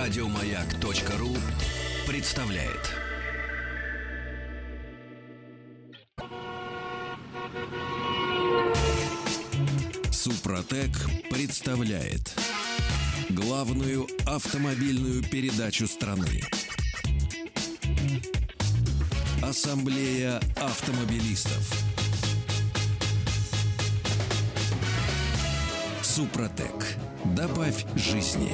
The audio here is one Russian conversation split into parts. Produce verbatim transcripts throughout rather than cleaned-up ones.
Радиомаяк.ру представляет. Супротек представляет главную автомобильную передачу страны. Ассамблея автомобилистов. Супротек. Добавь жизни.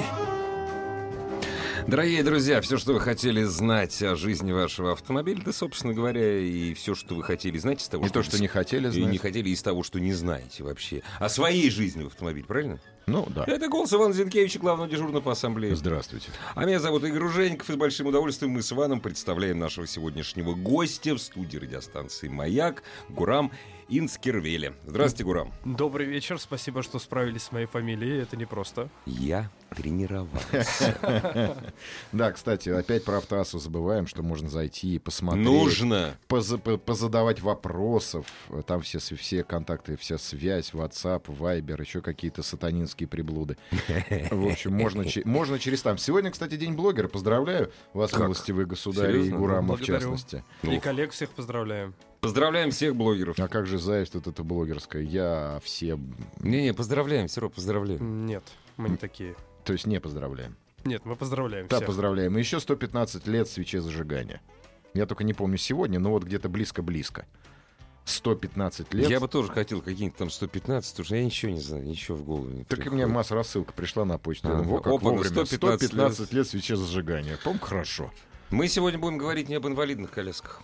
Дорогие друзья, все, что вы хотели знать о жизни вашего автомобиля, да, собственно говоря, и все, что вы хотели знать из того, И что... то, что не хотели И знать. не хотели из того, что не знаете вообще. О своей жизни в автомобиле, правильно? Ну, да. Это голос Ивана Зинкевича, главного дежурного по ассамблее. Здравствуйте. А меня зовут Игорь Ужеников, и с большим удовольствием мы с Иваном представляем нашего сегодняшнего гостя в студии радиостанции «Маяк» Гурам Инскервели. Здравствуйте, Гурам. Добрый вечер, спасибо, что справились с моей фамилией, это непросто. Я тренировался. Да, кстати, опять про Автоассу забываем, что можно зайти и посмотреть. Нужно. поза- по- позадавать вопросов. Там все, с- все контакты, вся связь, WhatsApp, Viber, еще какие-то сатанинские приблуды. В общем, можно, че- можно через там. Сегодня, кстати, День блогера. Поздравляю вас, Как? милостивые государи, и Серьезно? Гурама в Благодарю. частности. Ну. И коллег всех поздравляем. Поздравляем всех блогеров. А как же зависть вот эта блогерская? Я все... Не-не, поздравляем, все равно поздравляем. Нет, мы не такие. То есть не поздравляем. Нет, мы поздравляем Да, всех. поздравляем. И еще сто пятнадцать лет свече зажигания. Я только не помню сегодня, но вот где-то близко-близко. сто пятнадцать лет. Я бы тоже хотел какие-нибудь там сто пятнадцать, потому что я ничего не знаю, ничего в голову не Так и приходит. мне масс-рассылка пришла на почту. А, Я думаю, Во, как опа, ну, вовремя. сто пятнадцать сто пятнадцать лет свече зажигания. По-моему, хорошо. Мы сегодня будем говорить не об инвалидных колясках.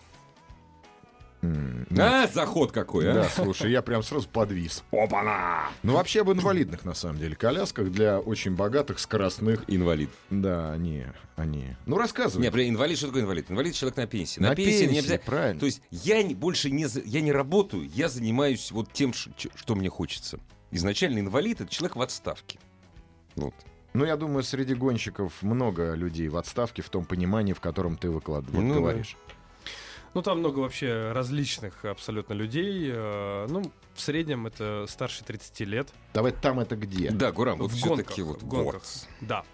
М, А, заход какой, а? Да, слушай, я прям сразу подвис. Опа-на! Ну, вообще об инвалидных, на самом деле, колясках для очень богатых, скоростных. Инвалид. Да, они, они. Ну, рассказывай. Не, при- инвалид, что такое инвалид? Инвалид — человек на пенсии. На пенсии, не обязательно. правильно. То есть я не, больше не, за- я не работаю, я занимаюсь вот тем, ш- ч- что мне хочется. Изначально инвалид — это человек в отставке. Вот. Ну, я думаю, среди гонщиков много людей в отставке в том понимании, в котором ты выкладываешь, Ну да. говоришь. Ну, там много вообще различных абсолютно людей. э, Ну, в среднем это старше тридцати лет. Давай, там это где? Да, Гурам, вот В все-таки гонках, вот. в гонках. вот. Да.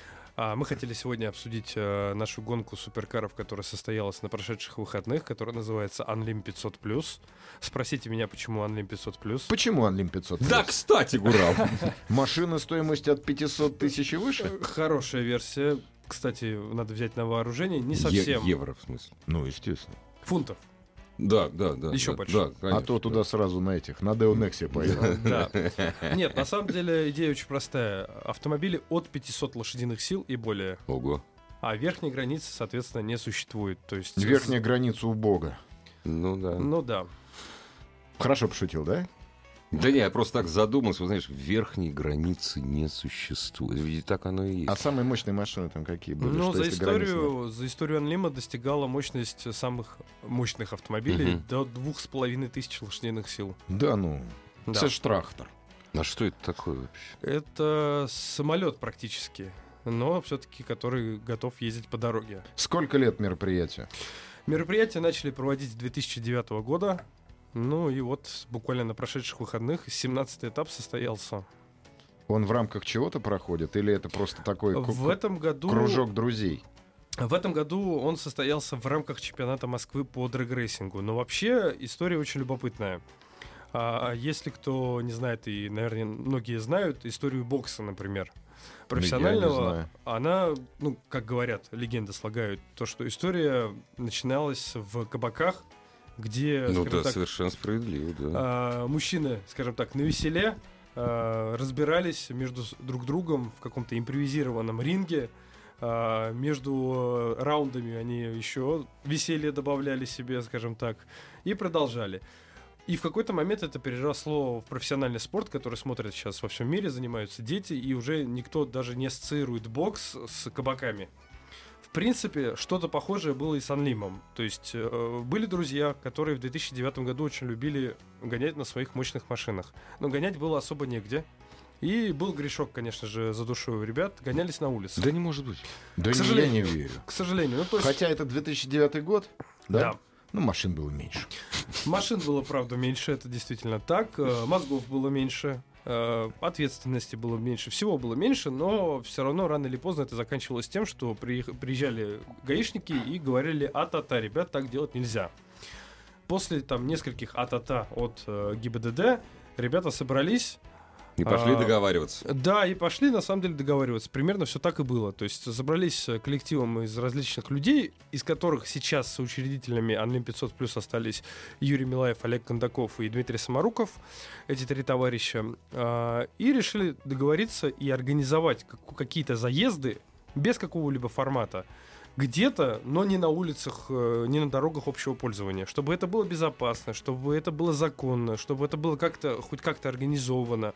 А, мы хотели сегодня обсудить э, нашу гонку суперкаров, которая состоялась на прошедших выходных, которая называется Unlim пятьсот плюс. Спросите меня, почему Unlim пятьсот плюс. Почему Unlim пятьсот? Да, кстати, Гурам. Машина стоимостью от пятисот тысяч и выше? Хорошая версия. Кстати, надо взять на вооружение. Не Е- совсем. Евро, в смысле. Ну, естественно. Фунтов. Да, да, да. Еще да, больше. Да, А конечно, то да. туда сразу на этих, на Deo Nexia поехал. Да. Нет, на самом деле идея очень простая. Автомобили от пятисот лошадиных сил и более. Ого. А верхней границы, соответственно, не существует. То есть... Верхняя граница у Бога. Ну да. Ну да. Хорошо пошутил, да? Да не, я просто так задумался, вы знаешь, верхней границы не существует. Ведь так оно и есть. А самые мощные машины там какие были? Ну, Что, за если границ нет? историю, за историю Анлима достигала мощность самых мощных автомобилей Мгм. до двух с половиной тысяч лошадиных сил. Да ну, Да. это ж трактор. А что это такое вообще? Это самолет практически, но все-таки который готов ездить по дороге. Сколько лет мероприятию? Мероприятия начали проводить с две тысячи девятого года. Ну и вот буквально на прошедших выходных семнадцатый этап состоялся. Он в рамках чего-то проходит? Или это просто такой ку- В этом году... кружок друзей? В этом году он состоялся в рамках чемпионата Москвы по дрэг-рейсингу. Но вообще история очень любопытная. А, если кто не знает, и, наверное, многие знают, историю бокса, например, профессионального, Ну, знаю. она, ну, как говорят, легенды слагают, то, что история начиналась в кабаках, где, Ну скажем да, так, совершенно справедливо, да. а, мужчины, скажем так, на веселе а, разбирались между с- друг другом в каком-то импровизированном ринге. А, между э, раундами они еще веселье добавляли себе, скажем так, и продолжали. И в какой-то момент это переросло в профессиональный спорт, который смотрят сейчас во всем мире, занимаются дети, и уже никто даже не ассоциирует бокс с кабаками. В принципе, что-то похожее было и с Анлимом. То есть э, были друзья, которые в две тысячи девятом году очень любили гонять на своих мощных машинах. Но гонять было особо негде. И был грешок, конечно же, за душой у ребят. Гонялись на улице. Да не может быть. Да К я сожалению. не верю. К сожалению. Ну, то есть, Хотя это две тысячи девятый год, да? да. Ну, машин было меньше. Машин было, правда, меньше, это действительно так. Э, Мозгов было меньше. э, ответственности было меньше, всего было меньше, но все равно рано или поздно это заканчивалось тем, что приех- приезжали гаишники и говорили: а-та-та, ребят, так делать нельзя. После там нескольких а-та-та от э, ГИБДД ребята собрались. И пошли а, договариваться. Да, и пошли на самом деле договариваться. Примерно все так и было. То есть собрались коллективом из различных людей, из которых сейчас соучредителями Анлим пятьсот плюс остались Юрий Милаев, Олег Кондаков и Дмитрий Самаруков, эти три товарища, а, и решили договориться и организовать как- какие-то заезды без какого-либо формата. Где-то, но не на улицах, э, не на дорогах общего пользования. Чтобы это было безопасно, чтобы это было законно, чтобы это было как-то, хоть как-то организовано.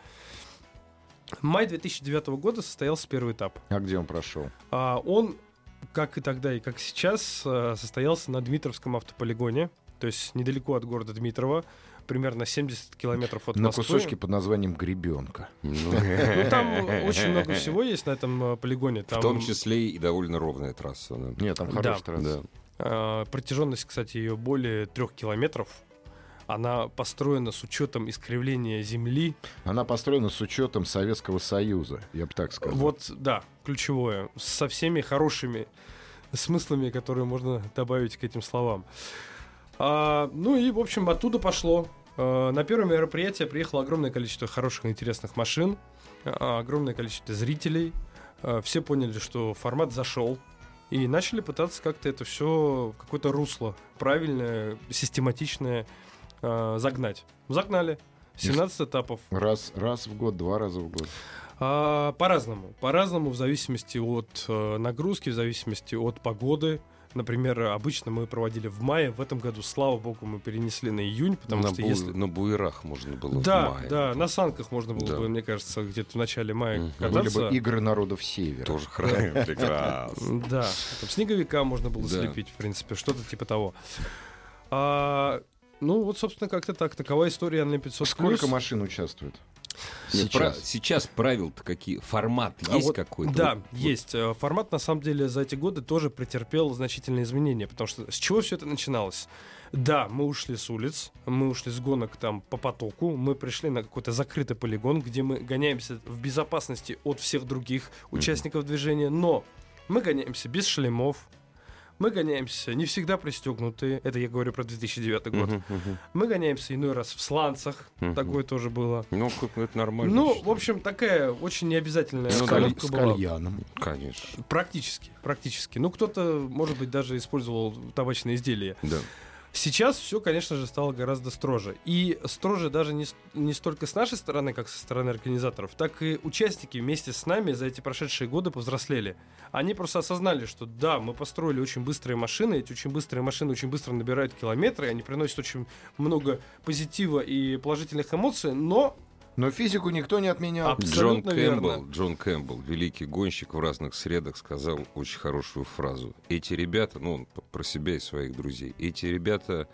Май две тысячи девятого года состоялся первый этап. А где он прошел? А, он, как и тогда, и как сейчас, э, состоялся на Дмитровском автополигоне, то есть недалеко от города Дмитрова, примерно семьдесят километров от На Москвы. кусочке под названием «Гребенка». Ну, Ну, там очень много всего есть на этом э, полигоне. В Там, том числе и довольно ровная трасса. да. Нет, там Да. хорошая трасса. Да. э, протяженность, кстати, ее более трех километров. Она построена с учетом искривления земли. Она построена с учетом Советского Союза, я бы так сказал. Вот, да, ключевое. Со всеми хорошими смыслами, которые можно добавить к этим словам. А, ну и, в общем, оттуда пошло. А, на первое мероприятие приехало огромное количество хороших и интересных машин, а, огромное количество зрителей. А, все поняли, что формат зашел. И начали пытаться как-то это все в какое-то русло правильное, систематичное а, загнать. Загнали. семнадцать этапов. Раз, раз в год, два раза в год. А, по-разному. По-разному в зависимости от э, нагрузки, в зависимости от погоды. Например, обычно мы проводили в мае. В этом году, слава богу, мы перенесли на июнь, потому на, что бу- если... на буерах можно было Да, в мае. да, на санках можно было Да. бы, мне кажется, где-то в начале мая Мгм. Были кататься. бы игры народов Севера. Тоже хорошо. Прекрасно. Да, там снеговика можно было Да. слепить, в принципе, что-то типа того. А, ну, вот, собственно, как-то так. Такова история Анлим пятьсот Сколько плюс. машин участвует? Нет, про- Сейчас. Сейчас правила-то какие? Формат А есть вот, какой-то? Да, Вот- есть. Э, Формат, на самом деле, за эти годы тоже претерпел значительные изменения, потому что с чего все это начиналось? Да, мы ушли с улиц, мы ушли с гонок там по потоку, мы пришли на какой-то закрытый полигон, где мы гоняемся в безопасности от всех других участников движения, но мы гоняемся без шлемов, мы гоняемся не всегда пристегнутые, это я говорю про две тысячи девятый год, Мгм, мгм. мы гоняемся иной раз в сланцах, Мгм. такое тоже было. Ну, как- ну, это нормально. Ну, что в общем, такая очень необязательная Ну, С, установка каль- с была. кальяном. Конечно. Практически, практически. Ну, кто-то, может быть, даже использовал табачные изделия. Да. Сейчас все, конечно же, стало гораздо строже. И строже даже не, с- не столько с нашей стороны, как со стороны организаторов, так и участники вместе с нами за эти прошедшие годы повзрослели. Они просто осознали, что да, мы построили очень быстрые машины, эти очень быстрые машины очень быстро набирают километры, они приносят очень много позитива и положительных эмоций, но Но физику никто не отменял. Аб- Джон Абсолютно Кэмпбелл, верно. Джон Кэмпбелл, великий гонщик в разных средах, сказал очень хорошую фразу. Эти ребята, ну, он п- про себя и своих друзей, эти ребята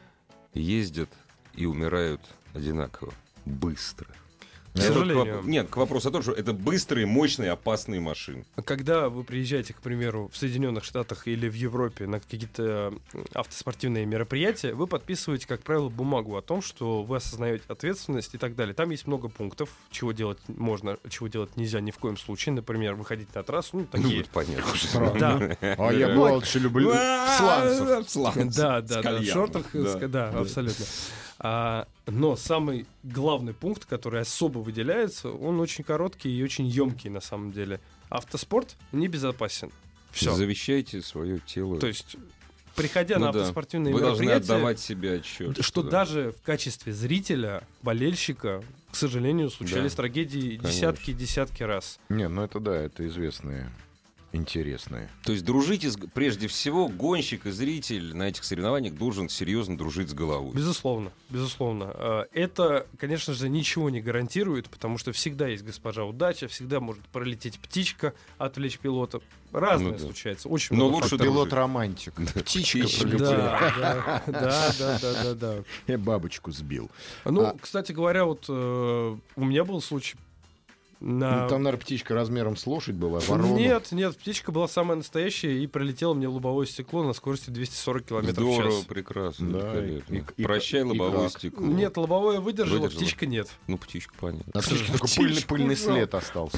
ездят и умирают одинаково. Быстро. К Это вот к сожалению. воп- Нет, к вопросу о том, что это быстрые, мощные, опасные машины. Когда вы приезжаете, к примеру, в Соединенных Штатах или в Европе на какие-то м, автоспортивные мероприятия, вы подписываете, как правило, бумагу о том, что вы осознаете ответственность и так далее. Там есть много пунктов, чего делать можно, чего делать нельзя ни в коем случае. Например, выходить на трассу, ну, Ну, такие. это понятно. Да, А я Да. больше люблю сланцев. Сланцев. да, С да, да, в кальяном. шортах, Да. с- да, Да. абсолютно. А, но самый главный пункт, который особо выделяется, он очень короткий и очень емкий на самом деле. Автоспорт небезопасен. Все. Завещайте свое тело. То есть, приходя Ну на да. автоспортивные Вы должны мероприятия, отдавать себе отчет. что даже в качестве зрителя, болельщика, к сожалению, случались Да. трагедии Конечно. десятки-десятки раз. Не, ну это да, это известные, интересные. То есть дружите, с... прежде всего, гонщик и зритель на этих соревнованиях должен серьезно дружить с головой. Безусловно, безусловно. Э, Это, конечно же, ничего не гарантирует, потому что всегда есть госпожа удача, всегда может пролететь птичка, отвлечь пилота. Разное Ну да. случается. Очень Но много лучше факторов. Пилот дружить. романтик. Птичка Птичка. пролетела. Да, да, да, да, да, да, да. Я бабочку сбил. Ну, А- кстати говоря, вот э, у меня был случай На... Ну, там, наверное, птичка размером с лошадь была, ворона. Нет, нет, птичка была самая настоящая и пролетела мне лобовое стекло на скорости двести сорок километров в Здорово, час. прекрасно. Да, великолепно. и- и- Прощай, и лобовое как? стекло. Нет, лобовое выдержало, Выдержало. птичка нет. Ну, птичка, понятно. На птичке только Птичку пыльный, пыльный жал. след остался.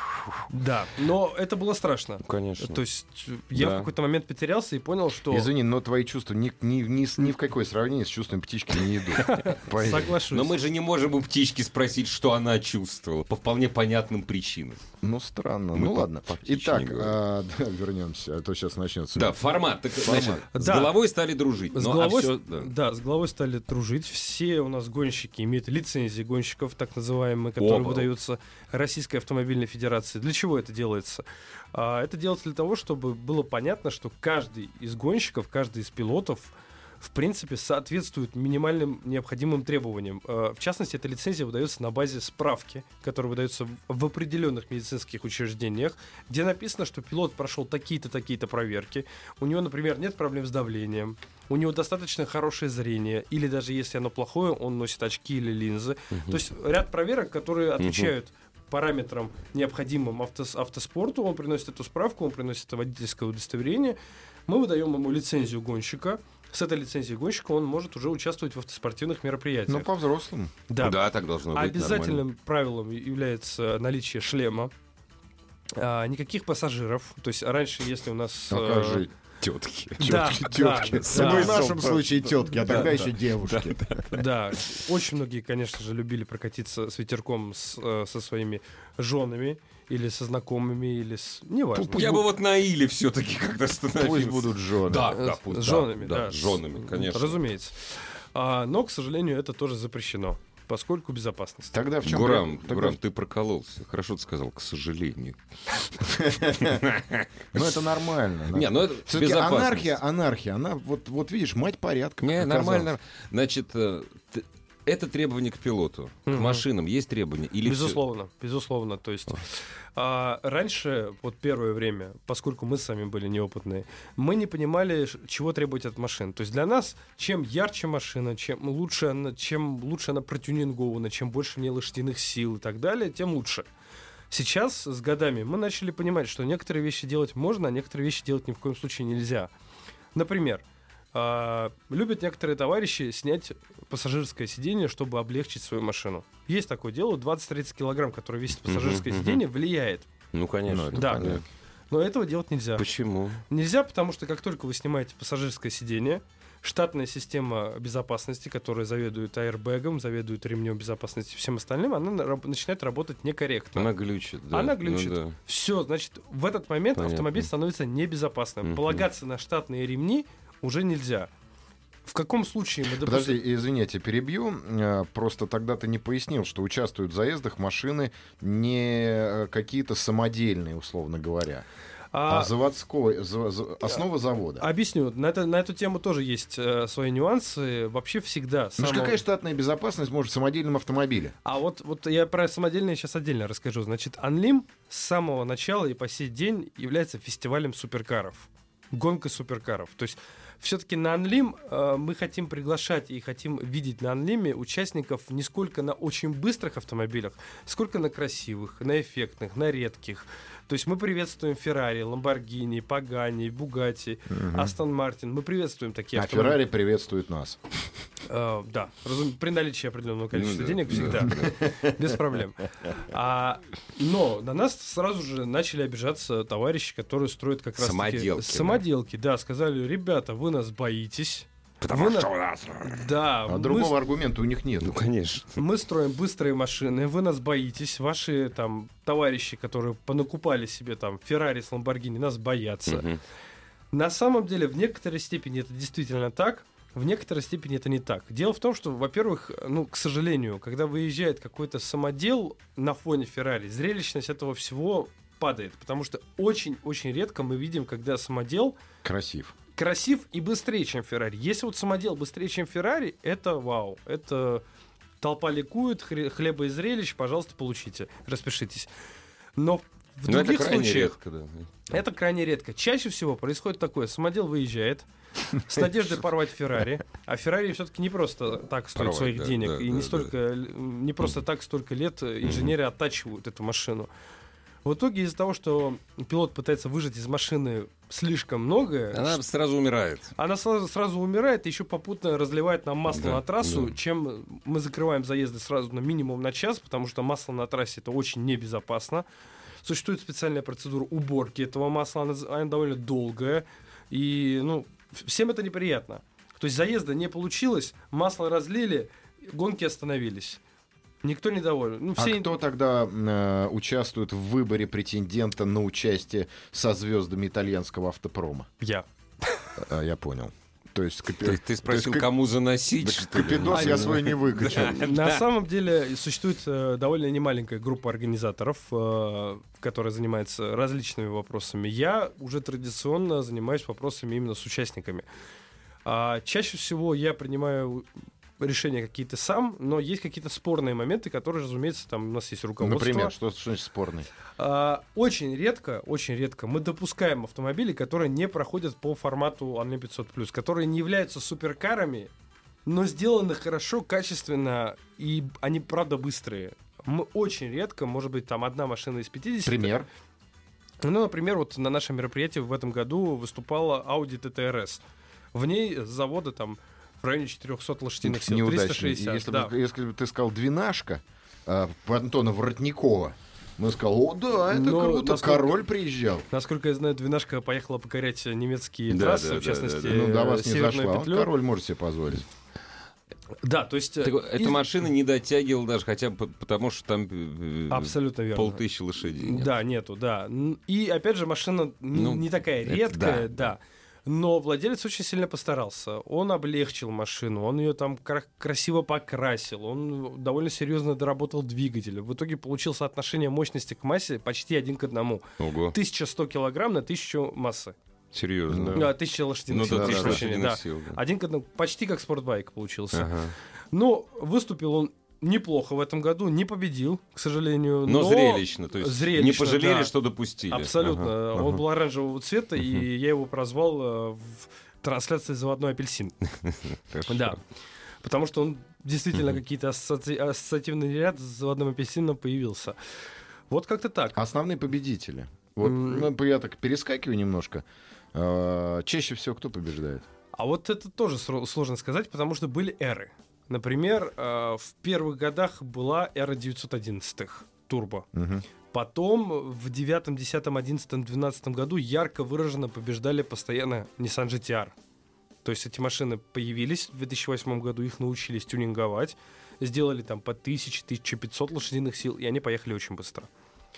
Да, но это было страшно. Ну, конечно. То есть э, я Да. в какой-то момент потерялся и понял, что... Извини, но твои чувства ни, ни, ни, с- ни в какое сравнение с чувством птички не идут. Поверь. Соглашусь. Но мы же не можем у птички спросить, что она чувствовала, по вполне понятным причинам. Ну, странно. Мы ну, по- ладно. по птичьи Итак, не говорим. а, да, вернемся, а то сейчас начнется. Да, формат. Так, Формат. значит, с Да. головой стали дружить. С Ну, а головой, всё, с- да. да, с головой стали дружить. Все у нас гонщики имеют лицензии гонщиков, так называемые, которые Опа. выдаются Российской автомобильной федерации. Для чего это делается? А, это делается для того, чтобы было понятно, что каждый из гонщиков, каждый из пилотов в принципе, соответствует минимальным необходимым требованиям. Э, В частности, эта лицензия выдается на базе справки, которая выдается в- в определенных медицинских учреждениях, где написано, что пилот прошел такие-то, такие-то проверки. У него, например, нет проблем с давлением, у него достаточно хорошее зрение, или даже если оно плохое, он носит очки или линзы. Мгм. То есть ряд проверок, которые Мгм. отвечают параметрам, необходимым автос- автоспорту. Он приносит эту справку, он приносит это водительское удостоверение. Мы выдаем ему лицензию гонщика. С этой лицензией гонщика он может уже участвовать в автоспортивных мероприятиях. Ну, по-взрослому. да. Да, так должно быть. Обязательным нормально. правилом является наличие шлема. А, никаких пассажиров. То есть раньше, если у нас... Ну, э, как же Тетки. Да, тетки, да, тетки. да. Ну, и в нашем случае тетки, а Да, тогда да. еще девушки. Да, очень многие, конечно же, любили прокатиться с ветерком с, э, со своими женами или со знакомыми, или с... Неважно. Пусть Я бу- бы вот на Иле все-таки как-то остановился. Пусть будут жены. Да, Э, да, с пусть, да, женами, да, да. с женами, конечно. Разумеется. А, но, к сожалению, это тоже запрещено, поскольку безопасность. Тогда в чем Гурам, тогда- Гурам, ты прокололся. Хорошо ты сказал, к сожалению. Ну, это нормально. Не, ну это Все-таки безопасность. анархия, анархия, она, вот, вот видишь, мать порядка. Не, как нормально. оказалось. Значит, э, т- это требование к пилоту. К Мгм. машинам есть требования? Или всё- Безусловно, безусловно. То есть а, раньше, вот первое время, поскольку мы сами были неопытные, мы не понимали, ш- чего требовать от машин. То есть для нас, чем ярче машина, чем лучше она, чем лучше она протюнингована, чем больше в ней лошадиных сил и так далее, тем лучше. Сейчас, с годами, мы начали понимать, что некоторые вещи делать можно, а некоторые вещи делать ни в коем случае нельзя. Например, а, любят некоторые товарищи снять пассажирское сиденье, чтобы облегчить свою машину. Есть такое дело, двадцать-тридцать килограмм, которое весит пассажирское Мгм, мгм. сиденье, влияет. Ну, конечно. Ну, это Да. понятно. Но этого делать нельзя. Почему? Нельзя, потому что как только вы снимаете пассажирское сиденье, штатная система безопасности, которая заведует аэрбэгом, заведует ремнем безопасности и всем остальным, она на- раб- начинает работать некорректно. Она глючит. Да. Она глючит. Ну, да. Все, значит, в этот момент Понятно. автомобиль становится небезопасным. Мгм. Полагаться на штатные ремни уже нельзя. В каком случае мы Подожди, допустим... извините, перебью. Э, Просто тогда ты не пояснил, что участвуют в заездах машины не э, какие-то самодельные, условно говоря, а, А, заводской, за- за- основа завода. Объясню. На, это, на эту тему тоже есть э, свои нюансы. Вообще всегда. Ну, само- какая штатная безопасность может в самодельном автомобиле? А вот, вот я про самодельные сейчас отдельно расскажу. Значит, Анлим с самого начала и по сей день является фестивалем суперкаров. Гонкой суперкаров. То есть все-таки на Анлим э, мы хотим приглашать и хотим видеть на Анлиме участников не сколько на очень быстрых автомобилях, сколько на красивых, на эффектных, на редких. То есть мы приветствуем Феррари, Ламборгини, Пагани, Бугатти, Астон Мартин. Мы приветствуем такие А автомобили. Феррари приветствует нас. Э, да, разум- при наличии определенного количества Ну да, денег да, всегда, без проблем. А, но на нас сразу же начали обижаться товарищи, которые строят как раз Самоделки, да. самоделки. Да, сказали, ребята, вы нас боитесь. Потому Вы на- что у нас... Да, А мы, другого аргумента у них нет. Ну, конечно. мы строим быстрые машины, вы нас боитесь. Ваши там товарищи, которые понакупали себе там Феррари с Ламборгини, нас боятся. Мгм. На самом деле, в некоторой степени это действительно так, в некоторой степени это не так. Дело в том, что, во-первых, ну, к сожалению, когда выезжает какой-то самодел на фоне Феррари, зрелищность этого всего падает, потому что очень-очень редко мы видим, когда самодел Красив. красив и быстрее, чем Феррари. Если вот самодел быстрее, чем Феррари, это вау, это толпа ликует, хре- хлеба и зрелищ, пожалуйста, получите, распишитесь. Но В Но это других крайне случаях редко, да. это крайне редко. Чаще всего происходит такое: самодел выезжает с надеждой порвать Феррари, а Феррари все-таки не просто так стоит Порвать, своих да, денег, да, и да, не столько, не просто так столько лет инженеры оттачивают эту машину. В итоге из-за того, что пилот пытается выжать из машины слишком многое, Она сразу умирает. она сразу, сразу умирает и еще попутно разливает нам масло Да, на трассу, да. чем мы закрываем заезды сразу на минимум на час, потому что масло на трассе — это очень небезопасно. Существует специальная процедура уборки этого масла, она, она довольно долгая, и ну, всем это неприятно. То есть заезда не получилось, масло разлили, гонки остановились. Никто не доволен. Ну, все... А кто тогда э, участвует в выборе претендента на участие со звездами итальянского автопрома? Я. А, я понял. То есть, капи... Ты, ты спросил, то есть, кому заносить, да, что ли? Капидос я свой не выкачал. На самом деле существует э, довольно немаленькая группа организаторов, э, которая занимается различными вопросами. Я уже традиционно занимаюсь вопросами именно с участниками. А, чаще всего я принимаю решения какие-то сам, но есть какие-то спорные моменты, которые, разумеется, там у нас есть руководство. Например, что, что значит спорный? А, очень редко, очень редко мы допускаем автомобили, которые не проходят по формату Unlimited пятьсот плюс, которые не являются суперкарами, но сделаны хорошо, качественно, и они, правда, быстрые. Мы очень редко, может быть, там одна машина из пятидесяти. Пример. Ну, например, вот на нашем мероприятии в этом году выступала Audi ти ти ар эс. В ней с завода там в районе четырехсот лошадиных сил, триста шестьдесят. Если, Да. бы, если бы ты сказал двенашка а, Антона Воротникова, мы сказали, о, да, это Но круто, насколько- король приезжал. Насколько я знаю, двенашка поехала покорять немецкие Да, трассы, да, в да, частности, да, да. Ну, до вас не Северную зашла. Он петлю. король может себе позволить. Да, то есть... э, Так, эта из- машина не дотягивала даже, хотя бы потому, что там э, Абсолютно верно. полтысячи лошадей. нет. Да, нету, да. Н- И, опять же, машина не, Ну, не такая это редкая, да, да. Но владелец очень сильно постарался. Он облегчил машину, он ее там кра- красиво покрасил, он довольно серьезно доработал двигатель. В итоге получил соотношение мощности к массе почти один к одному. Ого, тысяча сто килограмм на тысячу массы. серьезно. Да, тысяча лошадиных Ну сил. да, тысяча тысяча лошадиных, лошадиных да. сил. да. Один к одному, почти как спортбайк получился. Ага. Но выступил он неплохо в этом году, не победил, к сожалению. Но, Но, зрелищно, то есть не зрелищно, пожалели, да. что допустили. Абсолютно. Ага, Он ага. был оранжевого цвета, и я его прозвал э, в трансляции «Заводной апельсин». Хорошо. Да. Потому что он действительно какие-то ассоци- ассоциативный ряд с «Заводным апельсином» появился. Вот как-то так. Основные победители. Вот, М. ну, я так перескакиваю немножко. А, чаще всего кто побеждает? А вот это тоже сро- сложно сказать, потому что были эры. Например, э, в первых годах была эра девятьсот одиннадцатых турбо. Мгм. Потом в девятом, десятом, одиннадцатом, двенадцатом году ярко выраженно побеждали постоянно Nissan джи ти ар. То есть эти машины появились в две тысячи восьмом году, их научились тюнинговать, сделали там по тысяче - тысяча пятьсот лошадиных сил, и они поехали очень быстро.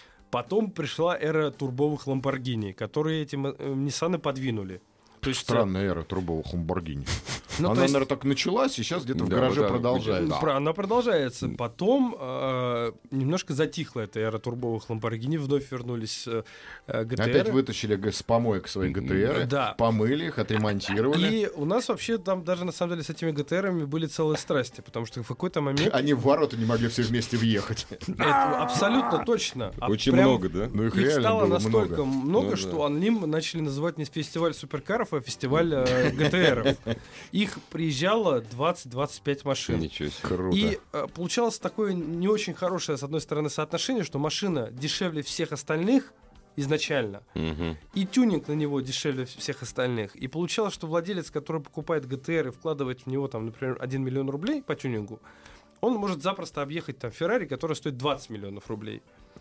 Потом пришла эра турбовых Lamborghini, которые эти м- э, Ниссаны подвинули. То есть, Странная эра трубовых Lamborghini. ну, Она, то есть- наверное, так началась, и сейчас где-то в Да, гараже вот так, продолжается. да. Про- Она продолжается. Потом э, немножко затихла эта эра турбовых Lamborghini, вновь вернулись э, э, джи ти ар. Опять вытащили г- с помоек свои джи ти ар, Да. помыли их, отремонтировали. И у нас вообще там даже на самом деле с этими джи ти ар-ами были целые страсти, потому что в какой-то момент... Они в ворота не могли все вместе въехать. Это абсолютно точно. А Очень прям много, да? Ну, их Их реально стало было настолько много. много, Ну, что да. Анлим начали называть не фестиваль суперкаров, а фестиваль э, джи ти ар-ов. Их приезжало двадцать-двадцать пять машин. Ничего себе. Круто. И э, получалось такое не очень хорошее, с одной стороны, соотношение, что машина дешевле всех остальных изначально, Мгм. и тюнинг на него дешевле всех остальных. И получалось, что владелец, который покупает джи ти ар и вкладывает в него, там, например, один миллион рублей по тюнингу, он может запросто объехать там Феррари, которая стоит двадцать миллионов рублей.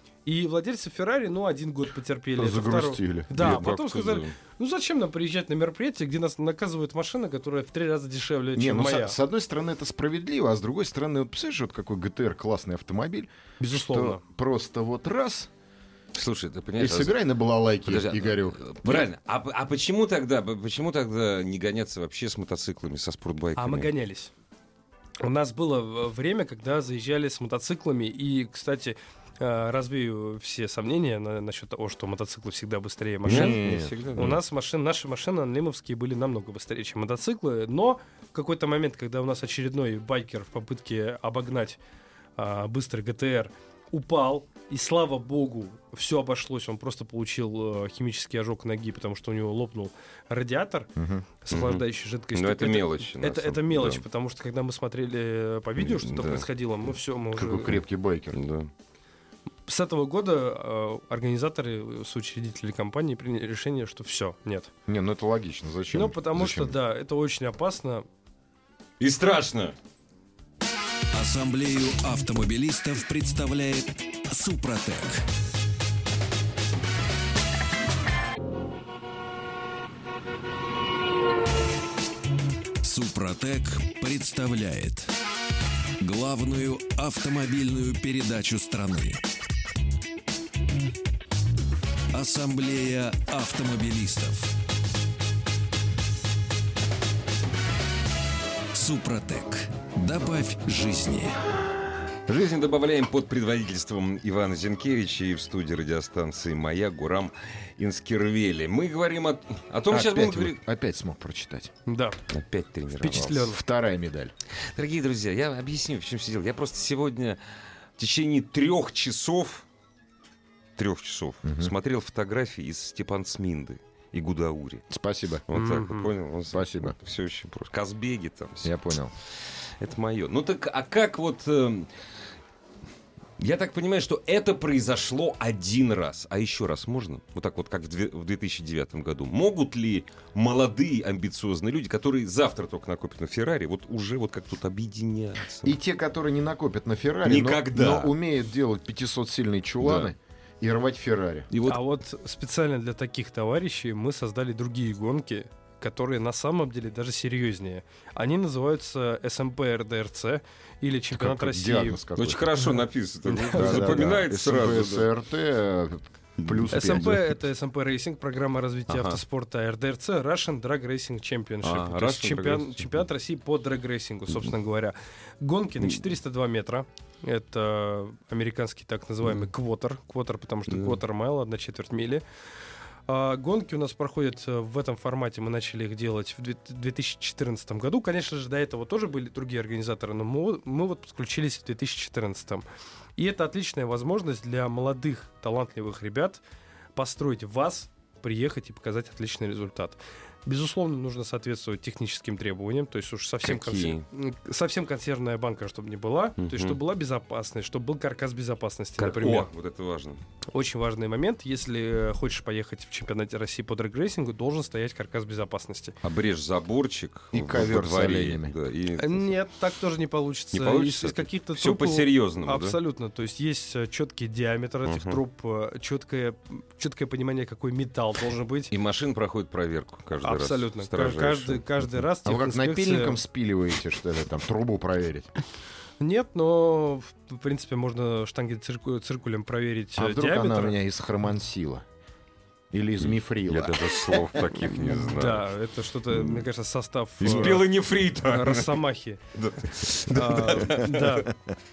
И владельцы Феррари, ну, один год потерпели. это Загрустили. второй- Да, Бедный потом кто сказали, за- ну зачем нам приезжать на мероприятие, где нас наказывает машина, которая в три раза дешевле, Не, чем ну, моя. с, с одной стороны, это справедливо, а с другой стороны, вот представляешь, вот какой джи ти ар классный автомобиль, Безусловно. что просто вот раз Слушай, ты и понимаешь... а- сыграй на балалайке, Подожди, а- Игорек. Правильно. А, п- а почему тогда, п- почему тогда не гоняться вообще с мотоциклами, со спортбайками? А мы гонялись. У нас было в- время, когда заезжали с мотоциклами, и, кстати, э, развею все сомнения на- насчет того, что мотоциклы всегда быстрее машин. Нет, не Нет. всегда. У нас машин, наши машины анлимовские были намного быстрее, чем мотоциклы, но в какой-то момент, когда у нас очередной байкер в попытке обогнать а, быстрый джи ти ар упал, И слава богу, все обошлось. Он просто получил э, химический ожог ноги, потому что у него лопнул радиатор Мгм. с охлаждающей жидкостью. Но это мелочь, на Это, самом- это мелочь, да. потому что когда мы смотрели по видео, что-то Да. происходило, мы все, мы Какой уже... крепкий байкер. Да. С этого года э, организаторы, соучредители компании приняли решение, что все, нет. Не, ну это логично. Зачем? Ну, потому Зачем? что, да, это очень опасно. И страшно. Ассамблею автомобилистов представляет Супротек. Супротек представляет главную автомобильную передачу страны. Ассамблея автомобилистов. Супротек. Добавь жизни. Жизнь добавляем под предводительством Ивана Зинкевича, и в студии радиостанции «Маяк» Гурам Инскервели. Мы говорим о, о том, сейчас будем Опять, говорить... вы- опять смог прочитать. Да, Опять тренировался. впечатлен. Вторая медаль. Дорогие друзья, я объясню, в чем все дело. Я просто сегодня в течение трех часов, трех часов Мгм. смотрел фотографии из Степан-Цминды и Гудаури. Спасибо. Вот так, Мгм. вот, понял? Вот, Спасибо. Все очень просто. Казбеги там. всё. Я понял. Это мое. Ну так, а как вот... эм, я так понимаю, что это произошло один раз. А еще раз можно? Вот так вот, как в две- в две тысячи девятом году. Могут ли молодые, амбициозные люди, которые завтра только накопят на Феррари, вот уже вот как тут объединяться? И те, которые не накопят на Феррари, но- Никогда. но, умеют делать пятисотсильные чуланы и рвать Феррари. И вот А вот специально для таких товарищей мы создали другие гонки, которые на самом деле даже серьезнее. Они называются эс эм пэ эр дэ эр цэ или Чемпионат Как- России. диагноз какой-то. очень хорошо написано. Да, да, Запоминается да. сразу. СМП, СРТ, плюс эс эм пэ пять. это эс эм пэ Racing, программа развития Ага. автоспорта, эр дэ эр цэ Russian Drag Racing Championship. А, То есть Russian Drag чемпион- Racing. чемпионат России по дрэг-рейсингу, собственно говоря. Гонки на четыреста два метра. Это американский так называемый квотер. Квотер, потому что Да. квотер майл, одна четверть мили. А, гонки у нас проходят э, в этом формате. Мы начали их делать в две- две тысячи четырнадцатом году. Конечно же, до этого тоже были другие организаторы, но мы, мы вот подключились в две тысячи четырнадцатом. И это отличная возможность для молодых, талантливых ребят построить вас, приехать и показать отличный результат. Безусловно, нужно соответствовать техническим требованиям, то есть уж совсем, Какие? консер- совсем консервная банка, чтобы не была, то Мгм. есть чтобы была безопасность, чтобы был каркас безопасности, Как- например. О, вот это важно. Очень важный момент, если э, хочешь поехать в чемпионате России по дрэг-рейсингу, должен стоять каркас безопасности. Обрежь заборчик. И в- ковер во с дворе, оленями. да, и- Э, Нет, так тоже не получится. Не получится? Из, из каких-то Всё труб- по-серьезному, да? Абсолютно. То есть есть э, четкий диаметр этих Мгм. труб, э, четкое, четкое понимание, какой металл должен быть. И машина проходит проверку каждый раз. Абсолютно. Ка- Строжайшую. Каждый, каждый раз А вы как техинспекция- напильником спиливаете, что ли, там трубу проверить? Нет, но в принципе можно штанги цирку- циркулем проверить А э, вдруг диаметр. она у меня из хромансила? Или из мифрила? Я даже слов таких не знаю. Да, это что-то, мне кажется, состав Из э, пилонефрита. Росомахи. Да. А, Да.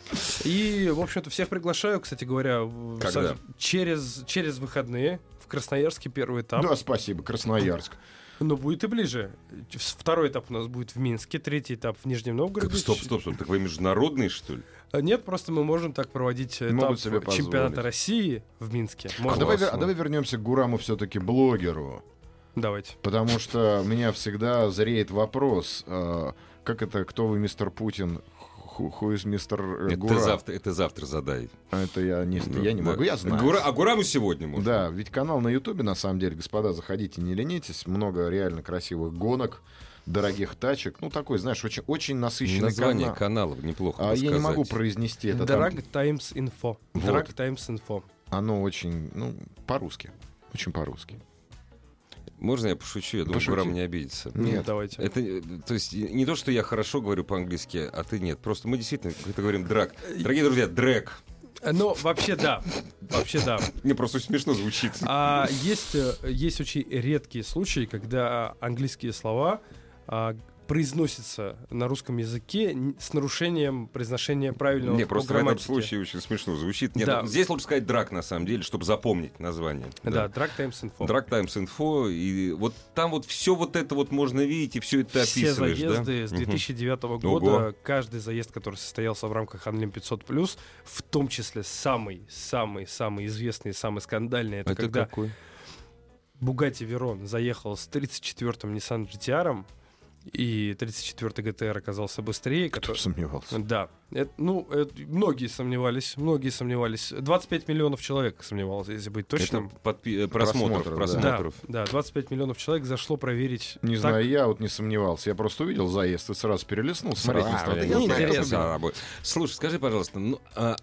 И, в общем-то, всех приглашаю, кстати говоря, в- Когда? со- через, через выходные в Красноярске первый этап. Да, спасибо, Красноярск. Но будет и ближе. Второй этап у нас будет в Минске, третий этап в Нижнем Новгороде. Как, стоп, стоп, стоп. Так вы международный, что ли? А Нет, просто мы можем так проводить этап Могут себе позволить. чемпионата России в Минске. А Можно? давай, Классно. а давай вернемся к Гураму все-таки блогеру. Давайте. Потому что у меня всегда зреет вопрос, э, как это, кто вы, мистер Путин, ху из мистер Это Гурам? завтра, это завтра задай. Это я не, Да, я не да. могу, я знаю. Гура- а Гураму сегодня можно? Да, ведь канал на Ютубе, на самом деле, господа, заходите, не ленитесь, много реально красивых гонок, дорогих тачек, ну такой, знаешь, очень, очень насыщенный Название канал. каналов неплохо А я не могу сказать. произнести это. там- Drag Times Info. Вот. Drag Times Info. Оно очень, ну, по-русски. Очень по-русски. Можно я пошучу? Я думаю, Пошути. Гурам не обидится. Нет. Ну, давайте. Это, э, то есть, не то, что я хорошо говорю по-английски, а ты нет. Просто мы действительно, как это говорим, драк. Дорогие друзья, дрэк. Ну, вообще да. Вообще да. Мне просто очень смешно звучит. А есть, э, есть очень редкие случаи, когда английские слова а, произносится на русском языке н- с нарушением произношения правильного Не, по просто в этом грамматике. случае очень смешно звучит. Нет, Да. ну, здесь лучше сказать драк, на самом деле, чтобы запомнить название. Да, Drag Times Info. Drag Times Info, и вот там вот все вот это вот можно видеть, и все это Все описываешь, заезды да? с две тысячи девятого Мгм. года, Ого. каждый заезд, который состоялся в рамках Unlim пятьсот плюс, в том числе самый-самый-самый известный, самый скандальный, это, Это когда какой? Bugatti Veyron заехал с тридцать четвёртым Nissan джи ти ар, и тридцать четвёртый джи ти ар оказался быстрее. Кто который- бы сомневался. Да. Это, ну, это многие сомневались, многие сомневались. двадцать пять миллионов человек сомневалось, если быть точным. Это подпи- э, просмотров. Просмотров, да. просмотров. Да, да, двадцать пять миллионов человек зашло проверить. Не так- знаю, я вот не сомневался. Я просто увидел заезд и сразу перелистнул. Смотреть не А, стал. блин, Я не знаю, интересно. как это Да, бо- Слушай, скажи, пожалуйста, ну, а,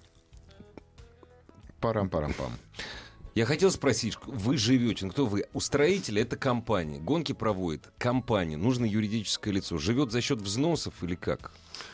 Парам-парам-пам. я хотел спросить, вы живете, ну, кто вы? Устроители — это компания, гонки проводит компания, нужно юридическое лицо. Живет за счет взносов или как?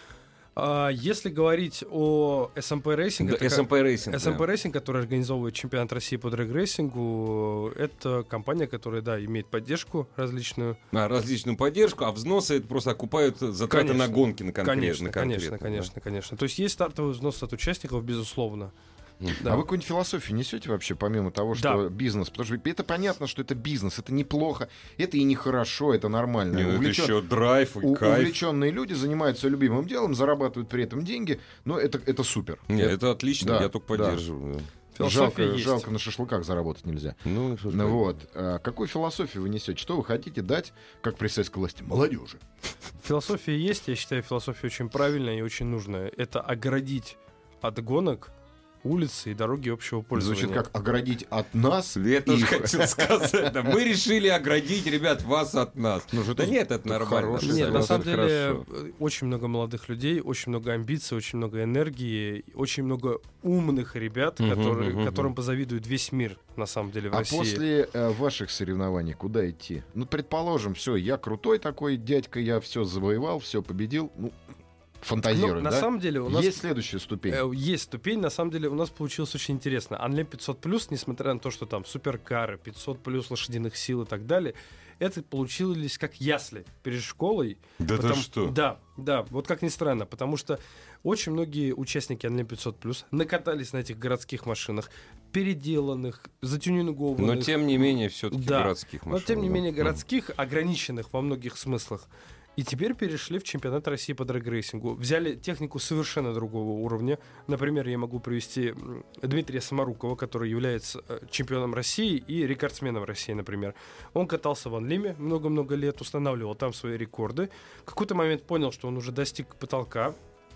А, если говорить о эс эм пи Racing, Да, это эс эм пи Racing, эс эм пи да. Racing, который организовывает чемпионат России по дрэг-рейсингу, это компания, которая, да, имеет поддержку различную. А, различную поддержку, а взносы это просто окупают затраты Конечно. на гонки на конкретно. Конечно, конечно, конкретно, конечно, конечно. То есть есть стартовый взнос от участников, безусловно. Да. А вы какую-нибудь философию несете вообще, помимо того, что Да. бизнес? Потому что это понятно, что это бизнес, это неплохо, это и нехорошо, это нормально. Не, ну это Увлечен- еще драйв и У- кайф. Увлеченные люди занимаются любимым делом, зарабатывают при этом деньги, но это, это супер. Не, это отлично, Да, я только да. поддерживаю. да. Философия Жалко, есть. жалко на шашлыках заработать нельзя. Ну, что ж Ну такое. вот. А какую философию вы несете? Что вы хотите дать, как при советской власти, молодежи? Философия есть, я считаю, философия очень правильная и очень нужная. Это оградить от гонок улицы и дороги общего пользования. Звучит как оградить от нас. Я тоже их. хотел сказать, да, мы решили оградить, ребят, вас от нас. Ну, же Да это- нет, это это нормально. хороший Нет, на это самом деле хорошо. э, очень много молодых людей, очень много амбиций, очень много энергии, очень много умных ребят, Мгм, которые, мгм, которым мгм. позавидует весь мир, на самом деле, в А России. после э, ваших соревнований куда идти? Ну, предположим, все, я крутой такой дядька, я все завоевал, все победил. Ну, фантазируем, Ну, на да? самом деле у нас Есть следующая ступень. Э, Есть ступень, на самом деле у нас получилось очень интересно. Unlim пятьсот плюс, несмотря на то, что там суперкары, пятьсот плюс лошадиных сил и так далее, это получилось как ясли перед школой. Да ты Потому- что? Да, да, вот как ни странно, потому что очень многие участники Unlim пятьсот плюс накатались на этих городских машинах, переделанных, затюнингованных. Но тем не менее, все-таки Да. городских машин. Но тем не да. менее Мгм. городских, ограниченных во многих смыслах. И теперь перешли в чемпионат России по дрэг-рейсингу. Взяли технику совершенно другого уровня. Например, я могу привести м, Дмитрия Самарукова, который является э, чемпионом России и рекордсменом России, например. Он катался в Анлиме много-много лет, устанавливал там свои рекорды. В какой-то момент понял, что он уже достиг потолка,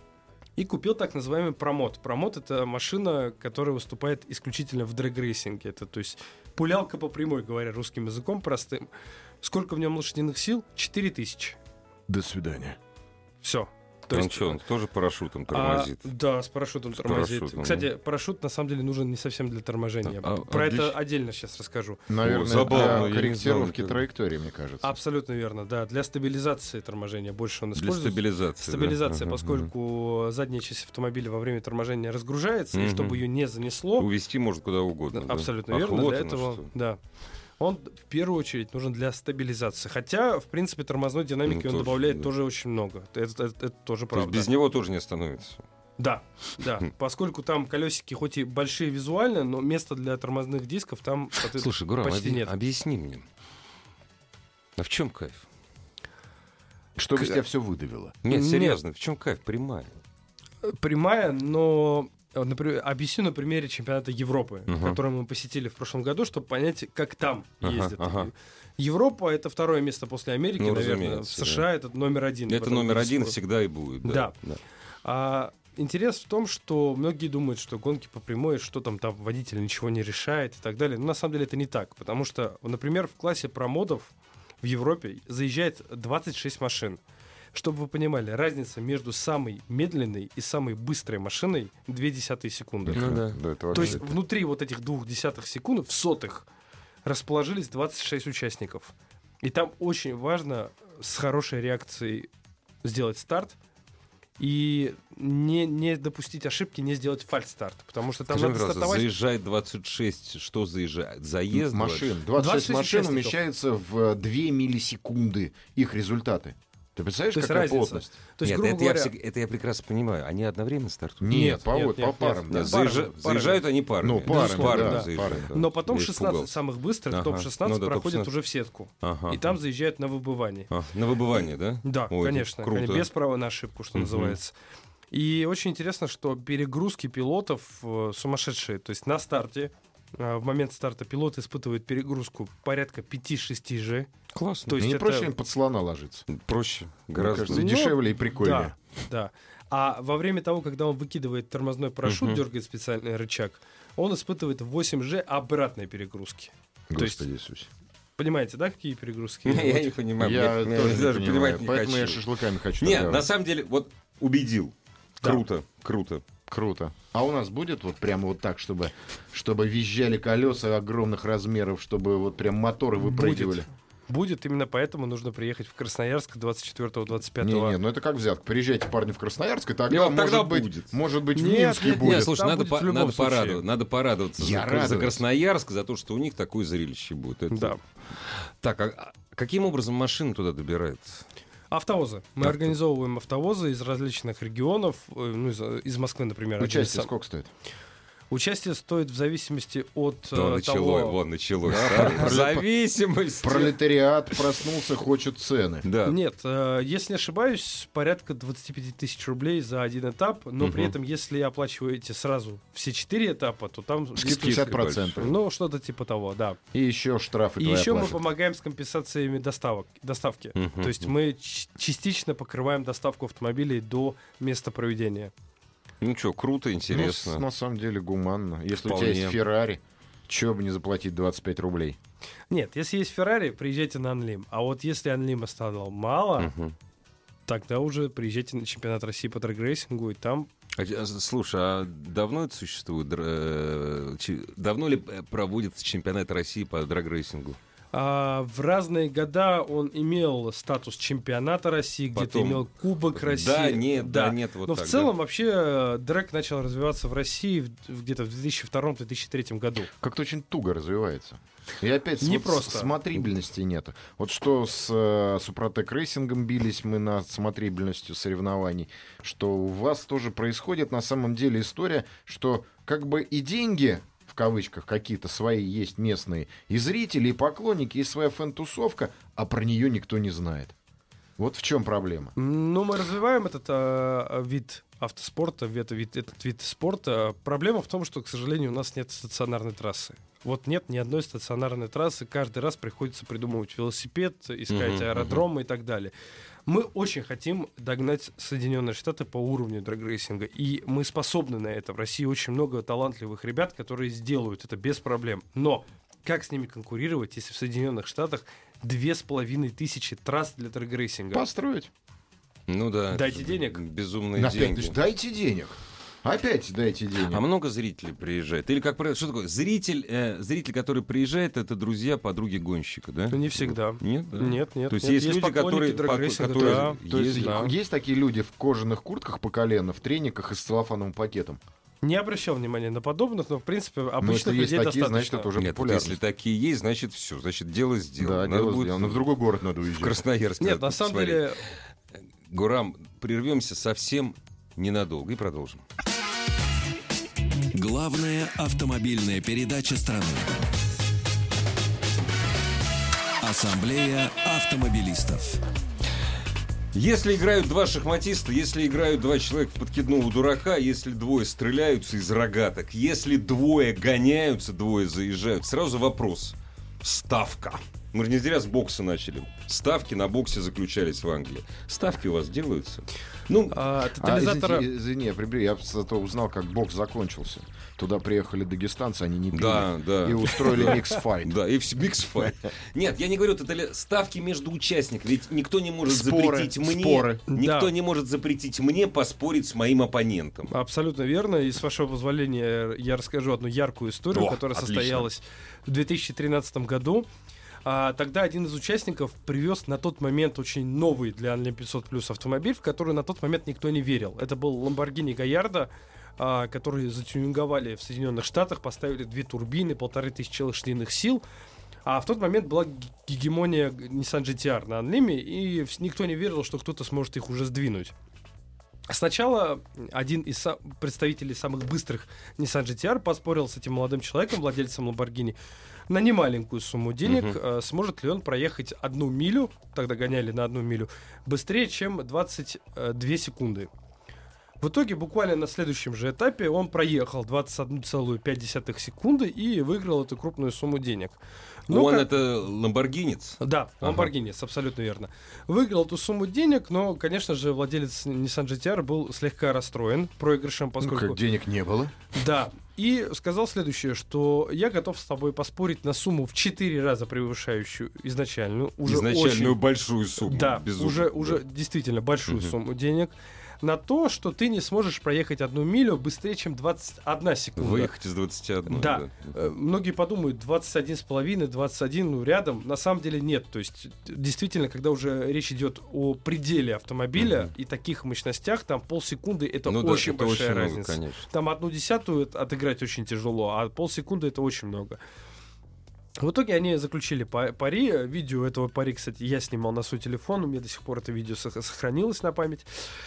и купил так называемый промот. Промот — это машина, которая выступает исключительно в дрэг-рейсинге. Это, то есть, пулялка по прямой, говоря русским языком простым. Сколько в нем лошадиных сил? четыре тысячи. До свидания. Все. То Он есть, что, он тоже парашютом а, тормозит? да, с парашютом С тормозит. парашютом, Кстати, парашют на самом деле нужен не совсем для торможения. А, Про а это для- отдельно сейчас расскажу. Наверное, забавно, я не для корректировки знал, это- траектории, мне кажется. Абсолютно верно, да. Для стабилизации торможения больше он Для используется. стабилизации. да. Стабилизация, Ага, поскольку задняя часть автомобиля во время торможения разгружается, и Мгм. чтобы ее не занесло, ага. Увезти может куда угодно. да. абсолютно Ах, верно, вот для оно этого, что. да. Он в первую очередь нужен для стабилизации. Хотя, в принципе, тормозной динамики Ну, он тоже, добавляет да. тоже очень много. Это, это- это тоже То есть правда. без него тоже не остановится. Да, да. Поскольку там колесики хоть и большие визуально, но места для тормозных дисков там соответственно, Слушай, Гурам, почти объ- нет. объясни мне. А в чем кайф? Чтобы к- из тебя все выдавило. Нет, Нет. серьезно, в чем кайф? Прямая. Прямая, но э, например, объясню на примере чемпионата Европы, Мгм. который мы посетили в прошлом году, чтобы понять, как там Ага, ездят. ага. Европа — это второе место после Америки, Ну, наверное. В разумеется, США это номер один. в Это этом номер виде один спорта. всегда и будет. Да. Да. А интерес в том, что многие думают, что гонки по прямой, что там, там водитель ничего не решает и так далее. Но на самом деле это не так. Потому что, например, в классе промодов в Европе заезжает двадцать шесть машин. Чтобы вы понимали, разница между самой медленной и самой быстрой машиной две десятые секунды. Ну да. это То вообще- есть внутри вот этих двух десятых секунд, в сотых, расположились двадцать шесть участников. И там очень важно с хорошей реакцией сделать старт и не, не допустить ошибки, не сделать фальстарт. Потому что там Скажи, надо пожалуйста, стартовать... заезжает двадцать шесть, что заезжает? Заезд? машин. двадцать двадцать шесть шесть машин участников. умещается в две миллисекунды их результаты. Ты представляешь, То есть какая разница. плотность? То есть, Нет, грубо это, я, говоря, всег- это я прекрасно понимаю. Они одновременно стартуют? Нет, Нет, по, нет, вот, нет, по нет. парам. Нет, да. за- заезжа- парами. заезжают они парами. Ну, парами, Парами да, заезжают, парами. да. но потом Я шестнадцать испугался. самых быстрых, Ага. топ шестнадцать Ну да, проходят топ шестнадцать. уже в сетку. Ага. И там заезжают на выбывание. А, на выбывание, да? Да, Ой, это конечно, круто. конечно, без права на ошибку, что Мгм. называется. И очень интересно, что перегрузки пилотов э, сумасшедшие. То есть на старте, э, в момент старта пилот испытывает перегрузку порядка пять-шесть же. Классно. То есть Не это- проще ли под слона ложиться? Проще. Мне Гораздо. кажется, Ну, дешевле и прикольнее. Да, да. А во время того, когда он выкидывает тормозной парашют, Мгм. дергает специальный рычаг, он испытывает восемь же обратной перегрузки. То есть, Господи Иисусе. понимаете, да, какие перегрузки? Я Вот. не понимаю. Я мне- мне тоже не даже понимаю, понимать не поэтому я хочу. шашлыками хочу Нет, торговать. на самом деле, вот убедил. Да. Круто, круто. Круто. А у нас будет вот прямо вот так, чтобы, чтобы визжали колеса огромных размеров, чтобы вот прям моторы выпрыгивали? Будет. Будет, именно поэтому нужно приехать в Красноярск двадцать четвёртого двадцать пятого. Не, не, ну это как взятка. Приезжайте, парни, в Красноярск, и тогда, И вот может тогда быть, будет. может быть, в Нет, Минске нет, будет. Нет, слушай, Там надо, будет по- в любом надо, случае. порадовать, надо порадоваться Я за, радуюсь. за Красноярск, за то, что у них такое зрелище будет. Это- Да. Так, а а каким образом машина туда добирается? Автовозы. Мы Авто- организовываем автовозы из различных регионов, э, ну, из, из Москвы, например. один из Участие сам- сколько стоит? Участие стоит в зависимости от Да, э, началось, того... вон, началось. Да, а? Зависимость. Пролетариат проснулся, хочет цены. Да. Нет, э, если не ошибаюсь, порядка двадцать пять тысяч рублей за один этап, но Мгм. при этом, если оплачиваете сразу все четыре этапа, то там... Скидка Скидка пятьдесят процентов. большая. Ну, что-то типа того, да. И еще штрафы И твои еще мы оплатят. помогаем с компенсациями доставок, доставки. Мгм. То есть мы ч- частично покрываем доставку автомобилей до места проведения. Ну что, круто, Ну, интересно. с- на самом деле гуманно. Если у тебя Вполне. есть Феррари, чего бы не заплатить двадцать пять рублей? Нет, если есть Феррари, приезжайте на Анлим. А вот если Анлима стало мало, Мгм. тогда уже приезжайте на чемпионат России по дрэгрейсингу, и там... А, а, слушай, а давно это существует? Др- э, чи- Давно ли э, проводится чемпионат России по драг-рейсингу? А, в разные года он имел статус чемпионата России, где-то Потом- имел Кубок России. Да, нет, да, нет, вот Но так, в целом да. вообще э, дрэг начал развиваться в России в- в- где-то в две тысячи втором - две тысячи третьем году. Как-то очень туго развивается. И опять Не вот просто. смотрибельности нет. Вот что с э, Супротек Рейсингом бились мы над смотрибельностью соревнований, что у вас тоже происходит на самом деле история, что как бы и деньги, в кавычках, какие-то свои есть местные, и зрители, и поклонники, и своя фэн-тусовка, а про нее никто не знает. Вот в чем проблема. Ну, мы развиваем этот э, вид автоспорта, вид, вид- этот вид спорта. Проблема в том, что, к сожалению, у нас нет стационарной трассы. Вот нет ни одной стационарной трассы, каждый раз приходится придумывать велосипед, искать Мгм, аэродромы и так далее. Мы очень хотим догнать Соединенные Штаты по уровню драг-рейсинга, и мы способны на это. В России очень много талантливых ребят, которые сделают это без проблем. Но как с ними конкурировать, если в Соединенных Штатах две с половиной тысячи трасс для драг-рейсинга? Построить. Ну да. Дайте это денег. Безумные Опять, деньги. значит, дайте денег. Опять дайте денег. А много зрителей приезжает? Или как правило, что такое? Зритель, э, зритель, который приезжает, это друзья, подруги гонщика, да? Ну, не всегда. Нет, да? Нет, нет. То есть нет. есть люди, поклонники которые- драг-рейсинга, которые- да. То есть Есть, да. есть такие люди в кожаных куртках по колено, в трениках и с целлофановым пакетом. Не обращал внимания на подобных, но в принципе Но обычных если есть людей такие, достаточно. значит, это уже Нет, вот популярность. если такие есть, значит все, значит дело сделано. Да, Надо дело будет сделано. Но в другой город надо в уезжать. Красноярск. Нет, надо на самом посмотреть. деле, Гурам, прервемся совсем ненадолго и продолжим. Главная автомобильная передача страны. Ассамблея автомобилистов. Если играют два шахматиста, если играют два человека в подкидного дурака, если двое стреляются из рогаток, если двое гоняются, двое заезжают, сразу вопрос. Ставка. Мы же не зря с бокса начали. Ставки на боксе заключались в Англии. Ставки у вас делаются? Ну, а, А, тотализатора... извини, извини, я, прибью, я зато узнал, как бокс закончился. Туда приехали дагестанцы, они не пили. да, да. И устроили микс-файт. Да, и все микс-файт. Нет, я не говорю, это ли ставки между участниками. Ведь никто не может Споры, запретить мне. споры. Никто Да. не может запретить мне поспорить с моим оппонентом. Абсолютно верно. И с вашего позволения я расскажу одну яркую историю, О, которая отлично. состоялась в две тысячи тринадцатом году. А, тогда один из участников привез на тот момент очень новый для Unlim пятьсот плюс автомобиль, в который на тот момент никто не верил. Это был Lamborghini Gallardo, а, который затюнинговали в Соединенных Штатах, поставили две турбины, полторы тысячи лошадиных сил. А в тот момент была г- гегемония Nissan джи ти ар на Анлиме, и вс- никто не верил, что кто-то сможет их уже сдвинуть. Сначала один из са- представителей самых быстрых Nissan джи ти ар поспорил с этим молодым человеком, владельцем Lamborghini, на немаленькую сумму денег, Мгм. э, сможет ли он проехать одну милю, тогда гоняли на одну милю, быстрее, чем двадцать две секунды. В итоге буквально на следующем же этапе он проехал двадцать одна целая пять десятых секунды и выиграл эту крупную сумму денег. Но Он как- это ламборгинец. Да, Ага. Lamborghini, абсолютно верно. Выиграл эту сумму денег, но, конечно же, владелец Nissan джи ти ар был слегка расстроен проигрышем, Ну, поскольку... как денег не было. Да, и сказал следующее, что я готов с тобой поспорить на сумму в четыре раза превышающую изначальную. Уже Изначальную очень- большую сумму. Да, безумно, уже, да. уже действительно большую Мгм. сумму денег. На то, что ты не сможешь проехать одну милю быстрее, чем двадцать одна секунда. Выехать из двадцати одной. Да. Э, Многие подумают, двадцать один с половиной, двадцать один, ну, рядом. На самом деле нет. То есть, действительно, когда уже речь идет о пределе автомобиля Мгм. и таких мощностях, там полсекунды — это Ну да, очень это большая очень много, разница. конечно. Там одну десятую это отыграть очень тяжело, а полсекунды — это очень много. В итоге они заключили па- пари. Видео этого пари, кстати, я снимал на свой телефон. У меня до сих пор это видео сох- сохранилось на память.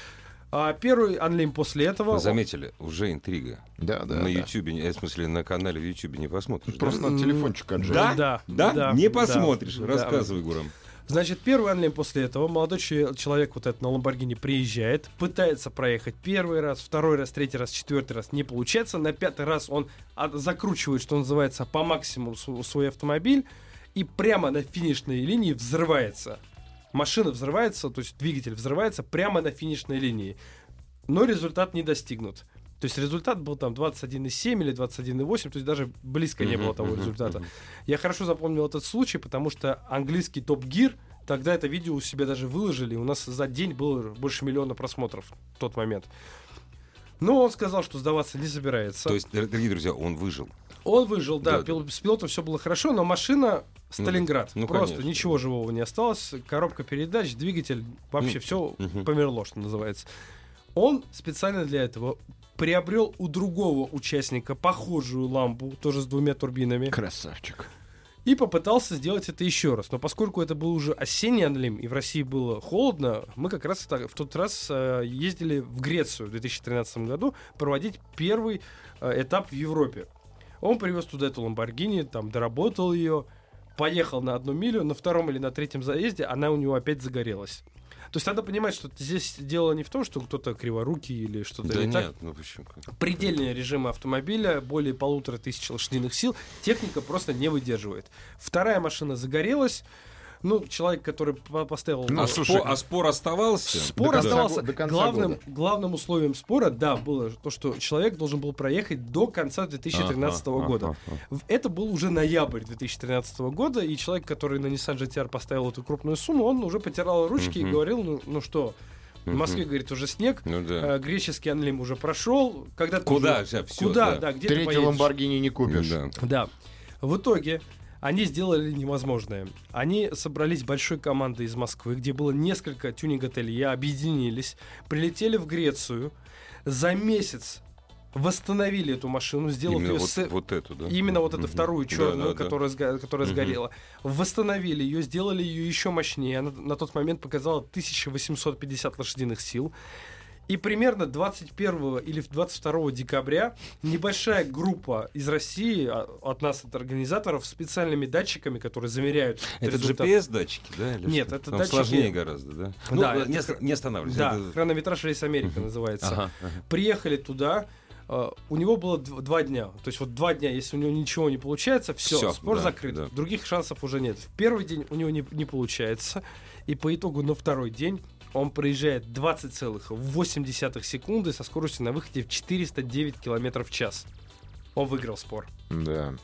А первый Анлим после этого... Вы заметили, уже интрига. Да, да. на да. Ютубе, э, в смысле, на канале в Ютубе не посмотришь. Просто да? на телефончик отжать. Да? Да, Да? да, Не да, посмотришь. да. Рассказывай, Гурам. Значит, первый Анлим после этого, молодой че- человек вот этот на Ламборгини приезжает, пытается проехать первый раз, второй раз, третий раз, четвертый раз, не получается. На пятый раз он от- закручивает, что называется, по максимуму св- свой автомобиль и прямо на финишной линии взрывается. Машина взрывается, то есть двигатель взрывается прямо на финишной линии. Но результат не достигнут. То есть результат был там двадцать один и семь или двадцать один и восемь, то есть даже близко не Мгм, было того мгм, результата. мгм. Я хорошо запомнил этот случай, потому что английский Top Gear тогда это видео у себя даже выложили. У нас за день было больше миллиона просмотров в тот момент. Но он сказал, что сдаваться не собирается. То есть, дор- дорогие друзья, он выжил. Он выжил, да, Да. пил- с пилотом все было хорошо, но машина Сталинград. Ну, Просто конечно. ничего живого не осталось. Коробка передач, двигатель, вообще Ну, все мгм. померло, что называется. Он специально для этого приобрел у другого участника похожую лампу, тоже с двумя турбинами, Красавчик. и попытался сделать это еще раз. Но поскольку это был уже осенний Анлим, и в России было холодно, мы как раз так- в тот раз э, ездили в Грецию в две тысячи тринадцатом году проводить первый э, этап в Европе. Он привез туда эту Ламборгини, там доработал ее, поехал на одну милю, на втором или на третьем заезде она у него опять загорелась. То есть надо понимать, что здесь дело не в том, что кто-то криворукий или что-то Да не так. нет, ну почему? Предельные режимы автомобиля, более полутора тысяч лошадиных сил, техника просто не выдерживает. Вторая машина загорелась. Ну, человек, который по- поставил... Ну, а, слушай, спор, а спор оставался? Спор до конца оставался. го- до конца главным, года. главным условием спора, да, было то, что человек должен был проехать до конца две тысячи тринадцатого Ага, года. ага, ага. В- Это был уже ноябрь две тысячи тринадцатого года, и человек, который на Nissan джи ти ар поставил эту крупную сумму, он уже потирал ручки и Мгм. говорил, ну, ну что, в Мгм. Москве, говорит, уже снег, Ну да. э, греческий Анлим уже прошел. Когда ты Куда уже- же? Всё, Куда, да. да, где ты Третий поедешь? Ламборгини не купишь. Да. Да. В итоге они сделали невозможное. Они собрались большой командой из Москвы, где было несколько тюнинг-ателье, объединились, прилетели в Грецию, за месяц восстановили эту машину, сделав Именно ее вот, с- вот эту, да? Именно вот эту Мгм. вторую Да, черную, да, да. которая, сго- которая Мгм. сгорела. Восстановили ее, сделали ее еще мощнее. Она на тот момент показала тысяча восемьсот пятьдесят лошадиных сил. И примерно двадцать первого или двадцать второго декабря небольшая группа из России, а- от нас, от организаторов, с специальными датчиками, которые замеряют Это результат. джи пи эс-датчики, да? или Нет, что? это Там датчики- сложнее гораздо, да? Ну, Да, э, это не, хр- оста- не останавливайся. Да, это- хронометраж Рейс Америка Мгм. называется. Ага, ага. Приехали туда. э, У него было дв- два дня. То есть вот два дня, если у него ничего не получается, все, Всё, спор да, закрыт. да. Других шансов уже нет. В первый день у него не, не получается. И по итогу на второй день он проезжает двадцать целых восемь десятых секунды со скоростью на выходе в четыреста девять километров в час. Он выиграл спор. Да.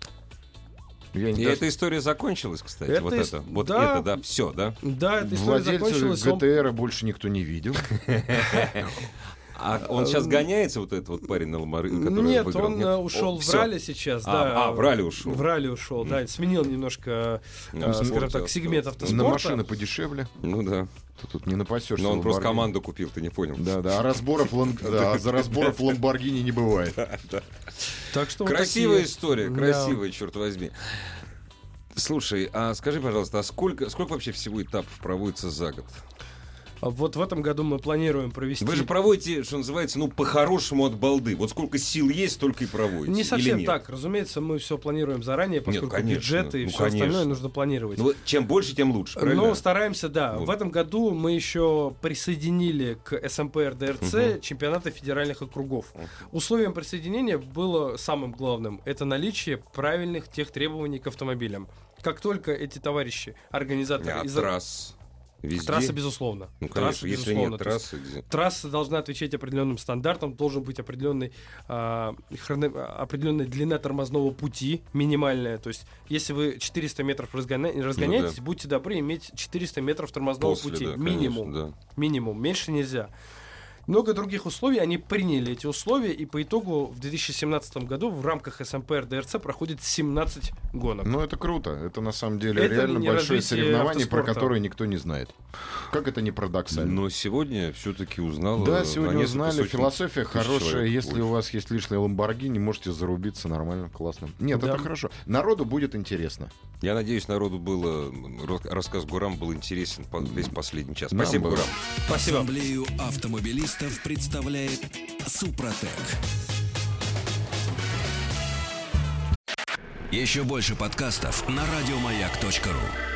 Я И не даст- эта история закончилась, кстати, Это вот ис- это. Вот да. это, да, все, да? Да, эта история Владельца закончилась. он- ГТРа больше никто не видел. А он сейчас гоняется, вот этот вот парень на Ламборгини, который Нет, выиграл? он э, ушел О, в всё. ралли сейчас, А, да. а, в ралли ушел. В ралли ушел, да. Сменил немножко, Ну, э, в спорте скажем так, остался. сегмент автоспорта. На машины подешевле. Ну да. Ты тут не напасешься. Но он просто Ламборгини. команду купил, ты не понял. Да, да, а разборов лан- да, а за разборов Ламборгини не бывает. Так что вот Красивая такие- история, Да. красивая, черт возьми. Слушай, а скажи, пожалуйста, а сколько, сколько вообще всего этапов проводится за год? А Вот в этом году мы планируем провести... Вы же проводите, что называется, ну, по-хорошему от балды. Вот сколько сил есть, столько и проводите. Не совсем или нет? так. Разумеется, мы все планируем заранее, поскольку конечно. бюджеты и Ну, все конечно. остальное нужно планировать. Ну, чем больше, тем лучше, правильно? Но стараемся, да. Вот. В этом году мы еще присоединили к эс эм пэ эр дэ эр цэ Мгм. чемпионаты федеральных округов. Условием присоединения было самым главным — это наличие правильных тех требований к автомобилям. Как только эти товарищи, организаторы... А из- трасс везде? Трасса, безусловно. Ну, Трасса, конечно, если безусловно. нет То есть трассы, где... Трасса должна отвечать определенным стандартам, должен быть определенный, а, хроно- определенная длина тормозного пути минимальная. То есть, если вы четыреста метров разгоня- разгоняетесь, да. будьте добры иметь четыреста метров тормозного После, пути. да, конечно, минимум. да. Минимум. Меньше нельзя. Много других условий, они приняли эти условия, и по итогу в две тысячи семнадцатом году в рамках эс эм пэ эр дэ эр цэ проходит семнадцать гонок. Ну, это круто. Это на самом деле Это реально не большое развитие соревнование, про автоспорта. которое никто не знает. Как это не парадоксально? Но сегодня все-таки узнал... Да, э, сегодня на несколько узнали. сотен Философия тысяч хорошая. человек Если больше. у вас есть лишние Ламборгини, можете зарубиться нормально, классно. Нет, Да. это хорошо. Народу будет интересно. Я надеюсь, народу было... рас- Рассказ Гурам был интересен по- весь последний час. Нам Спасибо, было. Гурам. Спасибо. Ассамблею автомобилистов представляет Супротек. Еще больше подкастов на радиомаяк точка ру.